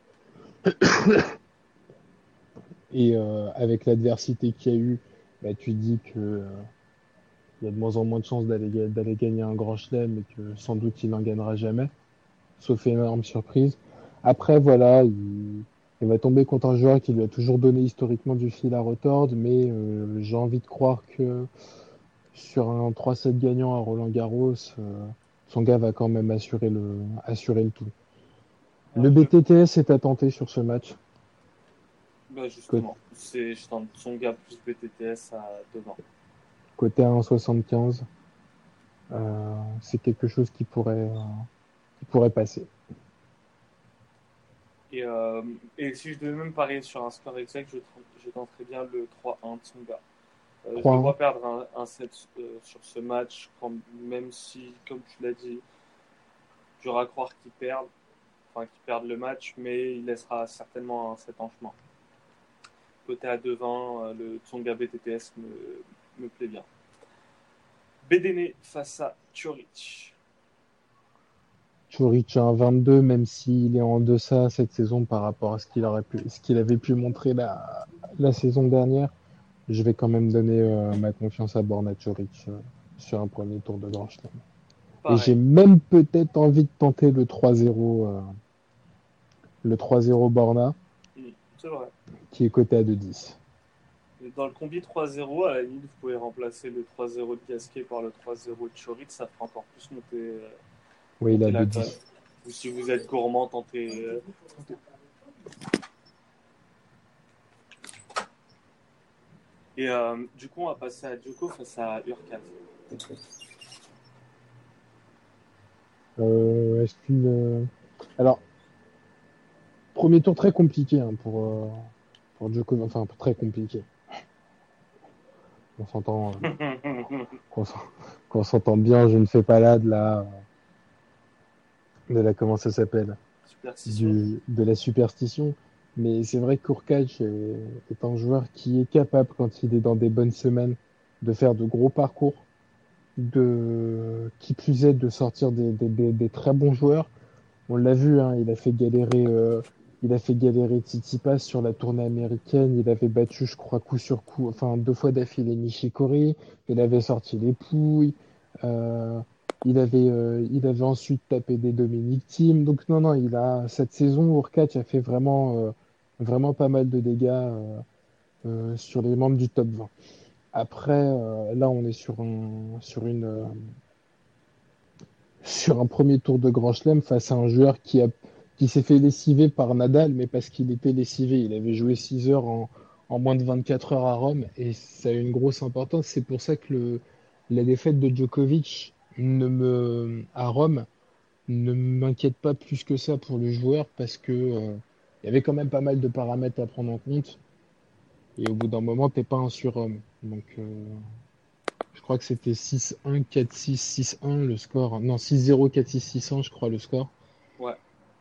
Speaker 2: et avec l'adversité qu'il y a eu, bah, tu te dis que il y a de moins en moins de chances d'aller gagner un grand chelem et que sans doute il n'en gagnera jamais, sauf énorme surprise. Après, voilà, il va tomber contre un joueur qui lui a toujours donné historiquement du fil à retordre, mais j'ai envie de croire que sur un 3-7 gagnant à Roland-Garros, son gars va quand même assurer le tout. Le
Speaker 1: Ouais,
Speaker 2: BTTS est à tenter sur ce match.
Speaker 1: bah
Speaker 2: Côté,
Speaker 1: justement, je tente Tsonga plus BTTS à devant.
Speaker 2: côté à 1,75, c'est quelque chose qui pourrait passer.
Speaker 1: Et si je devais même parier sur un score exact, je tenterais bien le 3-1 Tsonga. Je le
Speaker 2: 3-1.
Speaker 1: vois perdre un set sur ce match, même si, comme tu l'as dit, dur à croire qu'il perde le match, mais il laissera certainement un set en chemin. Côté à 2-20, le Tsonga BTTS me plaît bien. Bedene face à Choric.
Speaker 2: Čorić a un 22, même s'il est en deçà cette saison par rapport à ce qu'il avait pu montrer la saison dernière. Je vais quand même donner ma confiance à Borna Čorić sur un premier tour de Grand Chelem. Et j'ai
Speaker 1: Pareil.
Speaker 2: même peut-être envie de tenter le 3-0 Borna,
Speaker 1: C'est vrai.
Speaker 2: qui est coté à 2,10.
Speaker 1: Dans le combi 3-0, à la limite, vous pouvez remplacer le 3-0 de Gasquet par le 3-0 de Choric, ça fera encore plus
Speaker 2: Oui, il a
Speaker 1: monter la cote.
Speaker 2: 2,10.
Speaker 1: Ou si vous êtes gourmand, tentez. Et du coup, on va passer à Djoko face à Urkaz.
Speaker 2: Est-ce qu'une alors premier tour très compliqué hein, pour Djokovic, enfin très compliqué. On s'entend qu'on s'en- qu'on s'entend bien. Je ne fais pas là de la comment ça s'appelle
Speaker 1: Superstition.
Speaker 2: de la superstition. Mais c'est vrai que Kourkaj est un joueur qui est capable, quand il est dans des bonnes semaines, de faire de gros parcours, qui plus est de sortir des très bons joueurs. On l'a vu, hein, il a fait galérer Tsitsipas sur la tournée américaine. Il avait battu, je crois, coup sur coup, enfin 2 fois d'affilée Nishikori. Il avait sorti les pouilles. Euh, il avait ensuite tapé des Dominic Thiem. Donc non, non, cette saison, Urkach a fait vraiment pas mal de dégâts sur les membres du top 20. Après, là, on est sur un premier tour de Grand Chelem face à un joueur qui s'est fait lessiver par Nadal, mais parce qu'il était lessivé. Il avait joué 6 heures en moins de 24 heures à Rome et ça a eu une grosse importance. C'est pour ça que la défaite de Djokovic à Rome ne m'inquiète pas plus que ça pour le joueur parce que il y avait quand même pas mal de paramètres à prendre en compte et au bout d'un moment, t'es pas un surhomme. Donc, je crois que c'était 6-1, 4-6, 6-1 le score. Non, 6-0, 4-6, 6-1, je crois, le score.
Speaker 1: Ouais.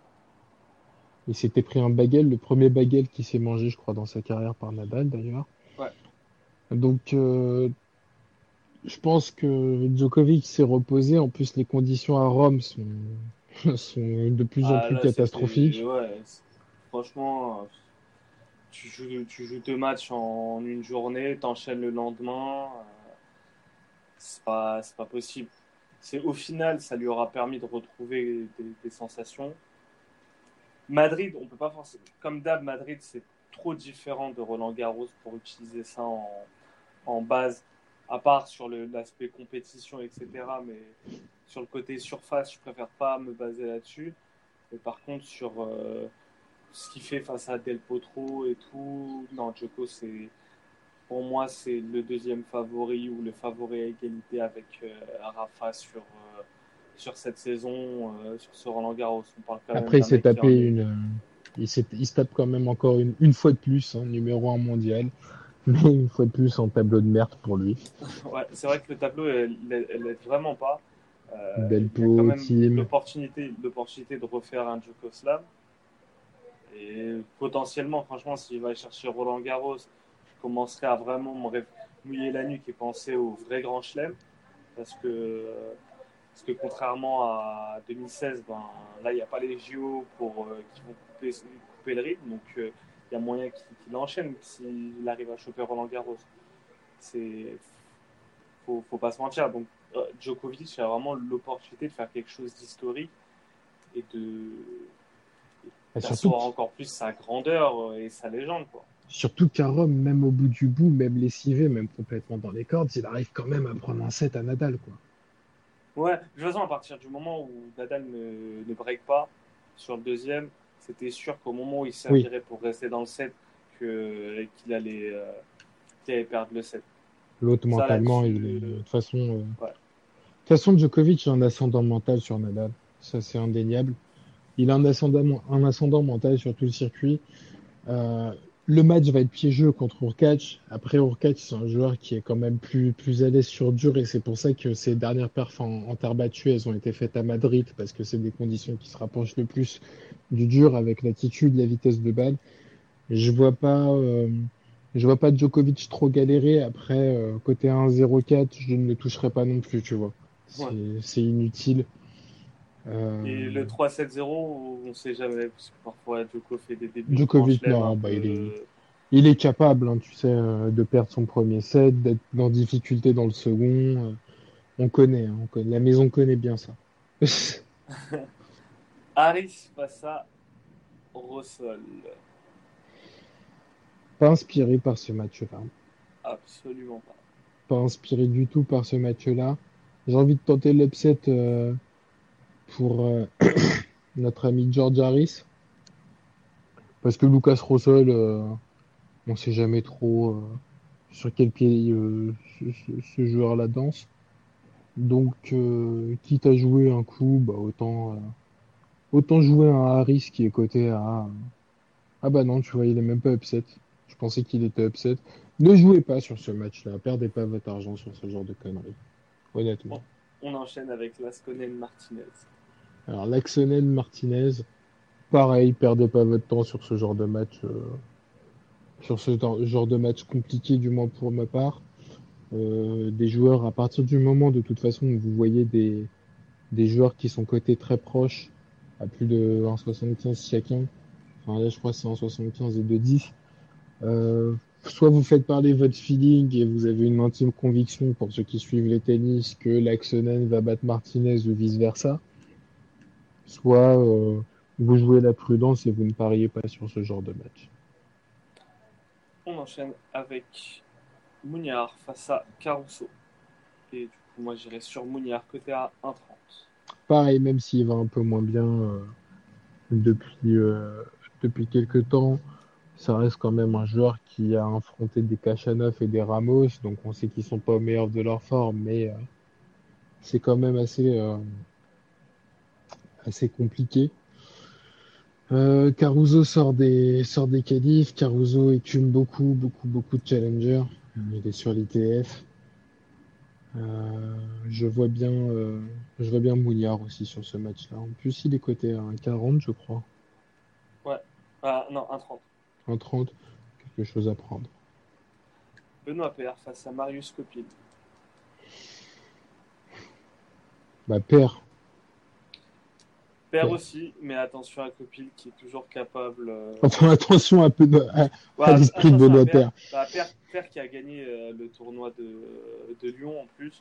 Speaker 2: Il s'était pris un bagel, le premier bagel qui s'est mangé, je crois, dans sa carrière par Nadal, d'ailleurs.
Speaker 1: Ouais.
Speaker 2: Donc, je pense que Djokovic s'est reposé. En plus, les conditions à Rome sont de plus en
Speaker 1: Ah,
Speaker 2: plus
Speaker 1: là, c'était.
Speaker 2: catastrophiques.
Speaker 1: Ouais. Franchement, tu joues 2 matchs en une journée, t'enchaînes le lendemain. C'est pas possible. Au final, ça lui aura permis de retrouver des sensations. Madrid, on peut pas forcément. Comme d'hab, Madrid, c'est trop différent de Roland Garros pour utiliser ça en base, à part sur l'aspect compétition, etc. Mais sur le côté surface, je préfère pas me baser là-dessus. Mais par contre, sur ce qu'il fait face à Del Potro et tout, non, Djoko, pour moi, c'est le deuxième favori ou le favori à égalité avec Rafa sur cette saison, sur ce Roland Garros. On parle quand même
Speaker 2: Après, il
Speaker 1: d'un
Speaker 2: s'est
Speaker 1: mec qui
Speaker 2: tapé
Speaker 1: en est.
Speaker 2: il se tape quand même encore une fois de plus, hein, numéro 1 mondial. Mais une fois de plus, en tableau de merde pour lui.
Speaker 1: Ouais, c'est vrai que le tableau, elle est vraiment pas. Il y a quand
Speaker 2: Delpo,
Speaker 1: même
Speaker 2: Team.
Speaker 1: l'opportunité de refaire un Djoko Slam. Et potentiellement, franchement, s'il va chercher Roland Garros, je commencerai à vraiment mouiller la nuque et penser au vrai grand chelem. Parce que, parce que contrairement à 2016, ben, là, il n'y a pas les JO qui vont couper le rythme. Donc, il y a moyen qu'il enchaîne s'il arrive à choper Roland Garros. C'est faut pas se mentir. Donc, Djokovic a vraiment l'opportunité de faire quelque chose d'historique et
Speaker 2: Et
Speaker 1: d'asseoir encore plus sa grandeur et sa légende, quoi.
Speaker 2: surtout qu'à Rome, même au bout du bout, même lessivé, même complètement dans les cordes, il arrive quand même à prendre un set à Nadal, quoi.
Speaker 1: Ouais, de toute façon, à partir du moment où Nadal ne break pas sur le deuxième, c'était sûr qu'au moment où il
Speaker 2: Oui,
Speaker 1: servirait pour rester dans le set, qu'il allait perdre le set.
Speaker 2: l'autre
Speaker 1: Ça
Speaker 2: mentalement,
Speaker 1: là-dessus,
Speaker 2: il est.
Speaker 1: ouais.
Speaker 2: De toute façon, Djokovic a un ascendant mental sur Nadal. Ça, c'est indéniable. Il a un ascendant mental sur tout le circuit. Euh, le match va être piégeux contre Hurkacz. Après, Hurkacz, c'est un joueur qui est quand même plus à l'aise sur dur et c'est pour ça que ses dernières perfs en terre battue, elles ont été faites à Madrid parce que c'est des conditions qui se rapprochent le plus du dur avec l'attitude, la vitesse de balle. Je vois pas Djokovic trop galérer. Après, côté 1-0-4, je ne le toucherai pas non plus, tu vois.
Speaker 1: Ouais.
Speaker 2: C'est inutile.
Speaker 1: Et le
Speaker 2: Euh,
Speaker 1: 3-7-0, on sait jamais, parce que parfois Djoko fait des débuts de grand
Speaker 2: Djokovic,
Speaker 1: chelem un
Speaker 2: non, bah, il est,
Speaker 1: peu.
Speaker 2: il est capable, hein, tu sais, de perdre son premier set, d'être en difficulté dans le second. On connaît, hein, la maison connaît bien ça.
Speaker 1: Harris face à Rossol.
Speaker 2: Pas inspiré par ce match-là.
Speaker 1: Absolument pas.
Speaker 2: Pas inspiré du tout par ce match-là. J'ai envie de tenter l'upset pour notre ami George Harris. Parce que Lucas Rosol, on sait jamais trop. sur quel pied ce joueur-là danse. Donc, quitte à jouer un coup, bah, autant jouer un Harris qui est coté à. Ah bah non, tu vois, il est même pas upset. Je pensais qu'il était upset. Ne jouez pas sur ce match-là. Perdez pas votre argent sur ce genre de conneries. Honnêtement.
Speaker 1: On, on enchaîne avec Laskonen Martinez.
Speaker 2: Alors, Laxonen Martinez, pareil, perdez pas votre temps sur ce genre de match. Sur genre de match compliqué, du moins pour ma part. Des joueurs, à partir du moment de toute façon où vous voyez des joueurs qui sont cotés très proches, à plus de 1,75 chacun, enfin là je crois que c'est 1,75 et 2,10, soit vous faites parler votre feeling et vous avez une intime conviction pour ceux qui suivent les tennis que Laxonen va battre Martinez ou vice-versa, soit vous jouez la prudence et vous ne pariez pas sur ce genre de match.
Speaker 1: On enchaîne avec Mouniar face à Caruso. Et du coup, moi, j'irai sur Mouniar, côté à 1,30.
Speaker 2: Pareil, même s'il va un peu moins bien depuis, depuis quelques temps, ça reste quand même un joueur qui a affronté des Kachanov et des Ramos, donc on sait qu'ils sont pas au meilleur de leur forme, mais c'est quand même assez compliqué. Caruso sort des qualifs. Caruso écume beaucoup de challengers. Il est sur l'ITF. Euh, je vois bien, je vois bien Mouillard aussi sur ce match-là. En plus, il est coté à 1,40, je crois.
Speaker 1: Ouais. Ah, non, 1,30.
Speaker 2: 1,30, quelque chose à prendre.
Speaker 1: Benoît Paire face à Marius Copil.
Speaker 2: Bah, père,
Speaker 1: Paire
Speaker 2: père.
Speaker 1: aussi, mais attention à Copil qui est toujours capable.
Speaker 2: Enfin, attention un peu
Speaker 1: Ouais,
Speaker 2: à l'esprit de
Speaker 1: attention à
Speaker 2: Benoît
Speaker 1: Paire.
Speaker 2: Père.
Speaker 1: Bah, Paire qui a gagné le tournoi de Lyon en plus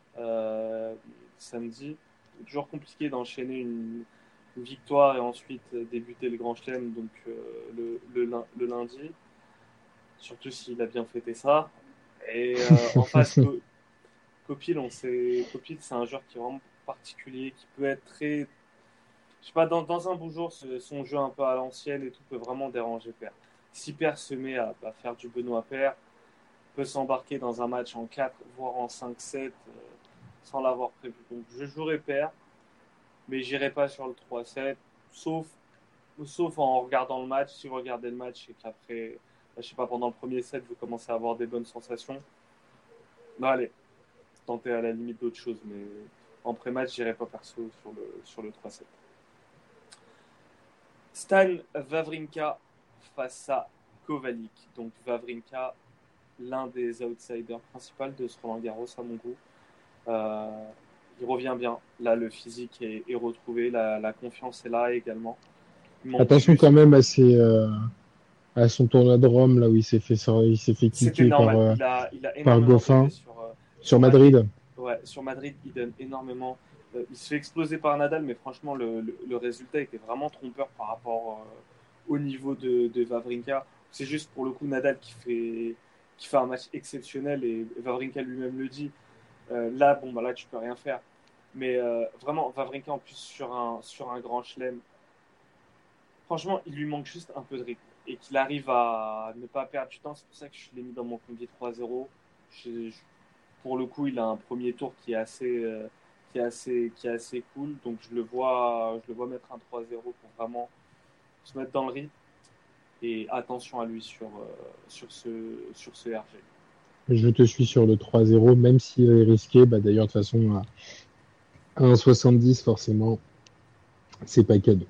Speaker 1: samedi. C'est toujours compliqué d'enchaîner une victoire et ensuite débuter le Grand Chelem donc le lundi. Surtout s'il a bien fêté ça. Et en face, Copil, Copil, c'est un joueur qui est vraiment particulier, qui peut être très. Je sais pas, dans un beau jour, son jeu un peu à l'ancienne et tout peut vraiment déranger Père. Si Père se met à faire du Benoît Père, peut s'embarquer dans un match en 4 voire en 5-7 sans l'avoir prévu. Donc je jouerai Père, mais j'irai pas sur le 3-7, sauf, sauf en regardant le match. Si vous regardez le match et qu'après, je sais pas, pendant le premier set, vous commencez à avoir des bonnes sensations, bah allez, tenter à la limite d'autres choses, mais en pré-match, j'irai pas perso sur le 3-7. Stan Wawrinka face à Kovalik. Donc Wawrinka, l'un des outsiders principaux de ce Roland Garros à mon goût. Euh, il revient bien. Là, le physique est retrouvé, la confiance est là également. Il manque
Speaker 2: Attention
Speaker 1: juste.
Speaker 2: quand même à son tournoi de Rome, là où il s'est fait
Speaker 1: C'était
Speaker 2: kicker
Speaker 1: normal. Il a
Speaker 2: par
Speaker 1: énormément donné
Speaker 2: Goffin sur
Speaker 1: sur Madrid.
Speaker 2: Madrid.
Speaker 1: Ouais, sur Madrid, il donne énormément. Il se fait exploser par Nadal, mais franchement, le résultat était vraiment trompeur par rapport au niveau de Wawrinka. C'est juste pour le coup Nadal qui fait un match exceptionnel et Wawrinka lui-même le dit. Là, bon, bah là, tu peux rien faire. Mais vraiment, Wawrinka en plus sur un grand chelem, franchement, il lui manque juste un peu de rythme et qu'il arrive à ne pas perdre du temps. C'est pour ça que je l'ai mis dans mon combi 3-0. Pour le coup, il a un premier tour qui est assez cool. Donc je le vois mettre un 3-0 pour vraiment se mettre dans le rythme. Et attention à lui sur ce RG.
Speaker 2: Je te suis sur le 3-0, même s'il est risqué. Bah, d'ailleurs, de toute façon, à 1,70, forcément, c'est pas cadeau.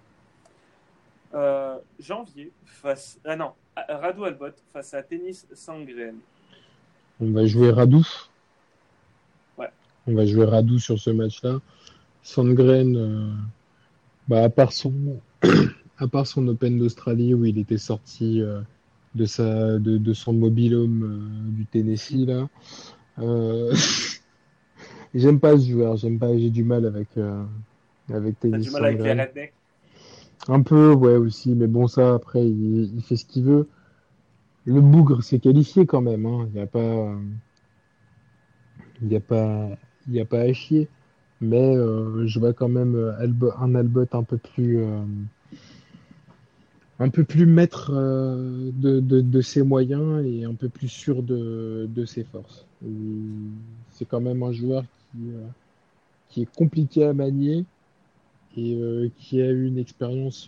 Speaker 1: Janvier face. Ah non, Radu Albot face à Tennis Sangren.
Speaker 2: On va jouer Radou.
Speaker 1: Ouais.
Speaker 2: On va jouer Radou sur ce match-là. Sandgren, bah, à part son Open d'Australie où il était sorti de son mobil-home du Tennessee, là. Euh, j'aime pas ce joueur, j'aime pas, j'ai du mal avec
Speaker 1: T'as
Speaker 2: Tennis
Speaker 1: du mal avec les
Speaker 2: Sandgren.
Speaker 1: rednecks.
Speaker 2: Un peu, ouais, aussi, mais bon, ça, après, il fait ce qu'il veut. Le bougre s'est qualifié quand même, hein. Il y a pas, il y a pas à chier. Mais je vois quand même un Albot un peu plus maître de ses moyens et un peu plus sûr de ses forces. C'est quand même un joueur qui est compliqué à manier et qui a eu une expérience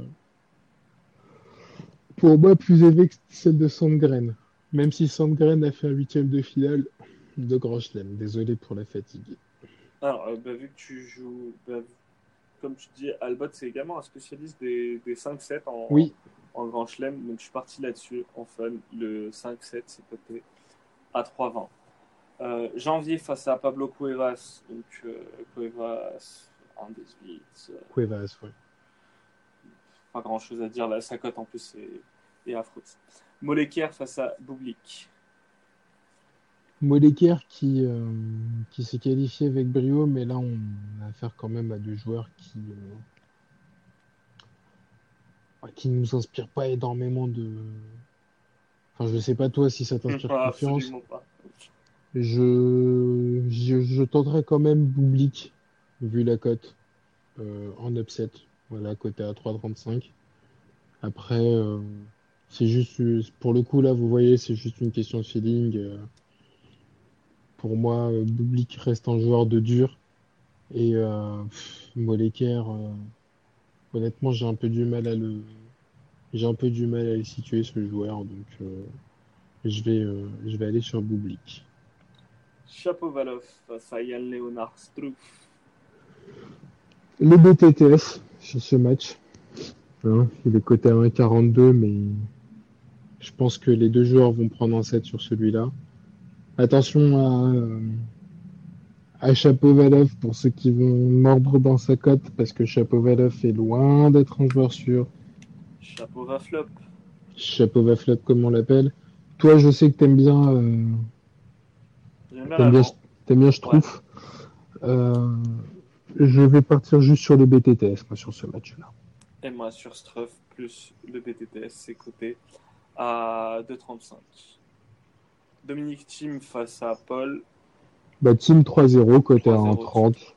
Speaker 2: pour moi plus élevée que celle de Sandgren. Même si Sandgren a fait un huitième de finale de Grand Chelem. Désolé pour la fatigue.
Speaker 1: Alors, bah, vu que tu joues, bah, comme tu dis, Albot, c'est également un spécialiste des 5-7
Speaker 2: Oui,
Speaker 1: en Grand Chelem. Donc, je suis parti là-dessus en fun. Le 5-7, c'est coté à 3,20. Janvier face à Pablo Cuevas. Donc, Cuevas, un des 8.
Speaker 2: Cuevas, ouais.
Speaker 1: Pas grand chose à dire là. Sa cote en plus est affreuse. Moleker face à Bublik.
Speaker 2: Moleker qui s'est qualifié avec brio, mais là on a affaire quand même à deux joueurs qui nous inspirent pas énormément de. Enfin, je sais pas toi si ça t'inspire confiance.
Speaker 1: Absolument pas.
Speaker 2: Je tenterais quand même Bublik, vu la cote, en upset. Voilà, coté à 3,35. Après, c'est juste, pour le coup, là, vous voyez, c'est juste une question de feeling. Pour moi, Bublik reste un joueur de dur. Et Moleker, honnêtement, j'ai un peu du mal à le situer, ce joueur. Donc, je vais aller sur Bublik.
Speaker 1: Chapovalov face à Yann Leonard Struff.
Speaker 2: Les BTTS sur ce match. Hein, il est coté à 1,42, mais je pense que les deux joueurs vont prendre un set sur celui-là. Attention à Chapovalov pour ceux qui vont mordre dans sa cote, parce que Chapovalov est loin d'être un joueur sûr.
Speaker 1: Chapova flop.
Speaker 2: Chapovalov, comme on l'appelle. Toi, je sais que
Speaker 1: J'aime bien
Speaker 2: t'aimes bien,
Speaker 1: l'allemand.
Speaker 2: t'aimes bien, je
Speaker 1: Ouais.
Speaker 2: trouve. Euh, je vais partir juste sur le BTTS, moi, sur ce match-là.
Speaker 1: Et moi sur Struff plus le BTTS, c'est coté à 2,35. Dominique Thiem face à Paul.
Speaker 2: Bah, Team 3-0, coté à
Speaker 1: 3-0 Thiem.
Speaker 2: 1,30.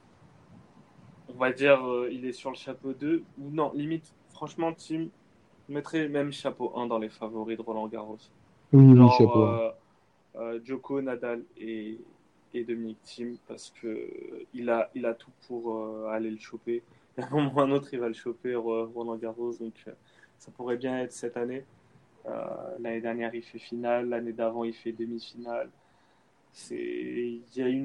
Speaker 1: On va dire il est sur le chapeau 2. Ou non, limite, franchement, Thiem mettrait même chapeau 1 dans les favoris de Roland Garros.
Speaker 2: Oui, oui,
Speaker 1: Genre
Speaker 2: chapeau.
Speaker 1: Djoko, Nadal et Dominique Thiem parce que il a tout pour aller le choper. À un moment ou un autre, il va le choper Roland Garros, donc ça pourrait bien être cette année. L'année dernière, il fait finale, l'année d'avant, il fait demi-finale. Il y a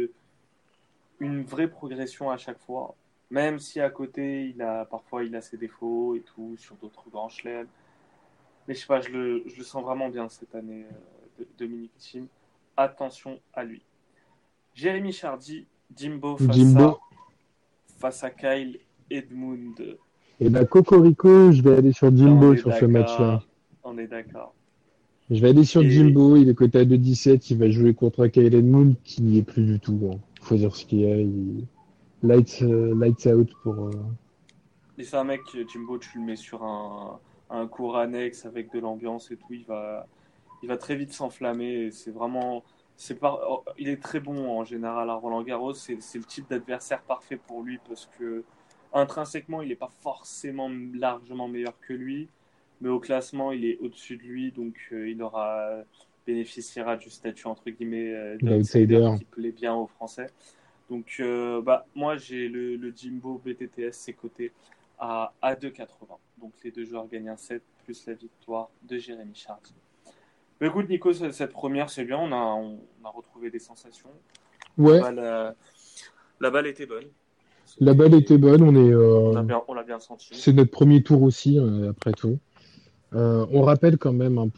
Speaker 1: une vraie progression à chaque fois, même si à côté, parfois il a ses défauts et tout sur d'autres grands chelems. Mais je sais pas, je le sens vraiment bien cette année, Dominique Thiem. Attention à lui. Jérémy Chardy, Jimbo
Speaker 2: Jimbo.
Speaker 1: face à Kyle Edmund.
Speaker 2: Et bah, Cocorico, je vais aller sur
Speaker 1: Là, on
Speaker 2: Jimbo
Speaker 1: est
Speaker 2: sur ce match-là.
Speaker 1: d'accord. On est d'accord.
Speaker 2: Je vais aller sur
Speaker 1: Et
Speaker 2: Jimbo, il est coté à 2,17, il va jouer contre Kylen Moon, qui n'y est plus du tout. Bon. Faut dire ce qu'il y a. Lights out pour.
Speaker 1: c'est un mec, Jimbo, tu le mets sur un cours annexe avec de l'ambiance et tout, il va très vite s'enflammer. C'est vraiment. Il est très bon en général à Roland Garros. C'est le type d'adversaire parfait pour lui parce que intrinsèquement, il n'est pas forcément largement meilleur que lui, mais au classement, il est au-dessus de lui, donc bénéficiera du statut entre guillemets d'outsider
Speaker 2: L'outsider.
Speaker 1: qui plaît bien aux Français. Donc, moi, j'ai le Jimbo BTTS, c'est coté à 2,80. Donc, les deux joueurs gagnent un set, plus la victoire de Jérémy Chardy. Mais écoute, Nico, cette première, c'est bien. On a retrouvé des sensations. La
Speaker 2: Ouais,
Speaker 1: balle, la balle était bonne.
Speaker 2: la balle était bonne,
Speaker 1: On l'a bien senti.
Speaker 2: c'est notre premier tour aussi, après tout. On rappelle quand même, hein,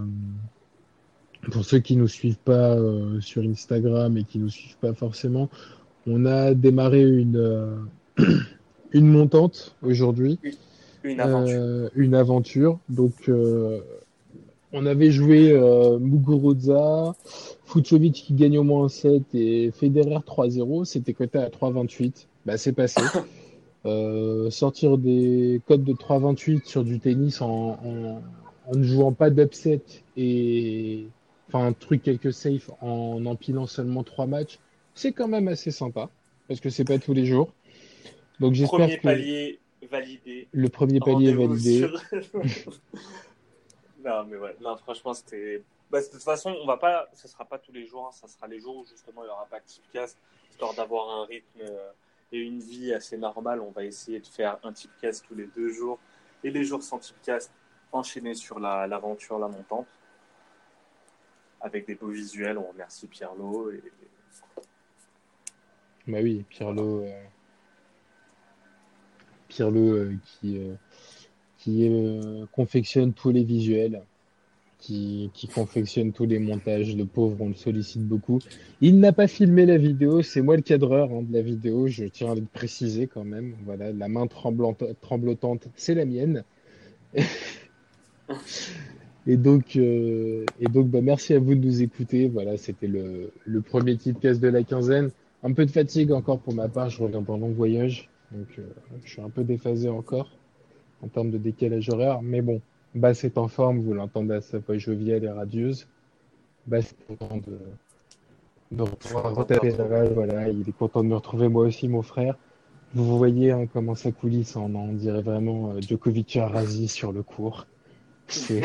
Speaker 2: pour ceux qui nous suivent pas sur Instagram et qui nous suivent pas forcément, on a démarré une montante aujourd'hui,
Speaker 1: Une, une aventure.
Speaker 2: une aventure. Donc, on avait joué Muguruza, Fucsovics qui gagne au moins un set et Federer 3-0. C'était coté à 3,28. Bah, c'est passé. Sortir des codes de 3,28 sur du tennis en ne jouant pas d'upset et enfin un truc quelques safe en empilant seulement trois matchs, c'est quand même assez sympa parce que c'est pas tous les jours. Donc j'espère
Speaker 1: Premier
Speaker 2: que
Speaker 1: palier validé.
Speaker 2: Le premier palier
Speaker 1: Rendez-vous
Speaker 2: validé.
Speaker 1: sur... Non, mais ouais, non, franchement, c'était. Bah, de toute façon, on va pas, ça sera pas tous les jours, hein, ça sera les jours où justement il n'y aura pas de Tipcast, histoire d'avoir un rythme et une vie assez normale. On va essayer de faire un Tipcast tous les 2 jours et les jours sans Tipcast, enchaîner sur l'aventure, la montante, avec des beaux visuels. On remercie Pierre-Lot.
Speaker 2: Bah oui,
Speaker 1: Voilà.
Speaker 2: Pirlo qui confectionne tous les visuels, qui confectionne tous les montages. Le pauvre, on le sollicite beaucoup. Il n'a pas filmé la vidéo, c'est moi le cadreur de la vidéo, je tiens à le préciser quand même. Voilà, la main tremblotante, c'est la mienne. Et donc bah, merci à vous de nous écouter. Voilà, c'était le premier Tipcast de la quinzaine. Un peu de fatigue encore pour ma part, je reviens d'un long voyage, donc je suis un peu déphasé encore en termes de décalage horaire. Mais bon, Bass est en forme, vous l'entendez à sa voix joviale et radieuse. Bass est content de
Speaker 1: Je suis
Speaker 2: pouvoir
Speaker 1: content de te
Speaker 2: retaper la
Speaker 1: retrouver.
Speaker 2: balle, voilà, il est content de me retrouver moi aussi, mon frère. Vous voyez hein, comment ça coulisse, on dirait vraiment Djokovic et Arasi sur le court. C'est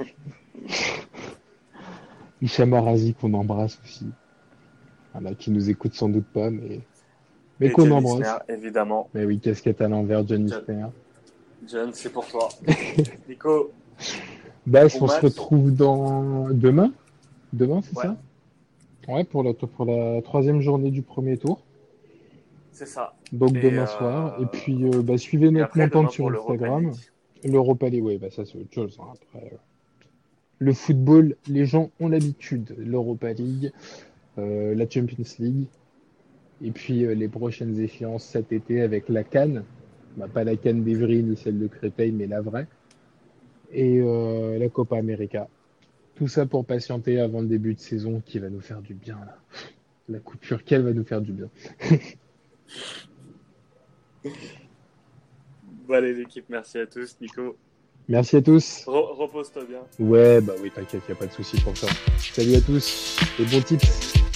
Speaker 2: Hicham Arasi qu'on embrasse aussi, voilà, qui nous écoute sans doute pas, mais
Speaker 1: Et
Speaker 2: qu'on
Speaker 1: John Isner,
Speaker 2: embrasse.
Speaker 1: évidemment.
Speaker 2: Mais oui, casquette à l'envers, John
Speaker 1: John,
Speaker 2: Isner.
Speaker 1: John, c'est pour toi. Nico,
Speaker 2: Bass,
Speaker 1: bon
Speaker 2: on se
Speaker 1: match.
Speaker 2: retrouve demain. Demain, c'est
Speaker 1: Ouais,
Speaker 2: ça? Ouais, pour la troisième journée du premier tour.
Speaker 1: c'est ça.
Speaker 2: Donc
Speaker 1: Et,
Speaker 2: demain soir. Et puis bah, suivez notre
Speaker 1: après,
Speaker 2: montante
Speaker 1: demain
Speaker 2: sur
Speaker 1: pour l'Europa League.
Speaker 2: Instagram. L'Europa League, ouais, bah ça c'est autre chose, hein. Après, le football, les gens ont l'habitude. L'Europa League, la Champions League. Et puis les prochaines échéances cet été avec la CAN. Bah, pas la CAN d'Evry ni celle de Créteil, mais la vraie. Et la Copa América. Tout ça pour patienter avant le début de saison qui va nous faire du bien là. La coupure, qu'elle va nous faire du bien.
Speaker 1: Bon, allez, l'équipe, merci à tous. Nico,
Speaker 2: Merci à tous.
Speaker 1: repose-toi bien.
Speaker 2: Ouais, bah oui, t'inquiète, y a pas de souci pour ça. Salut à tous et bons tips.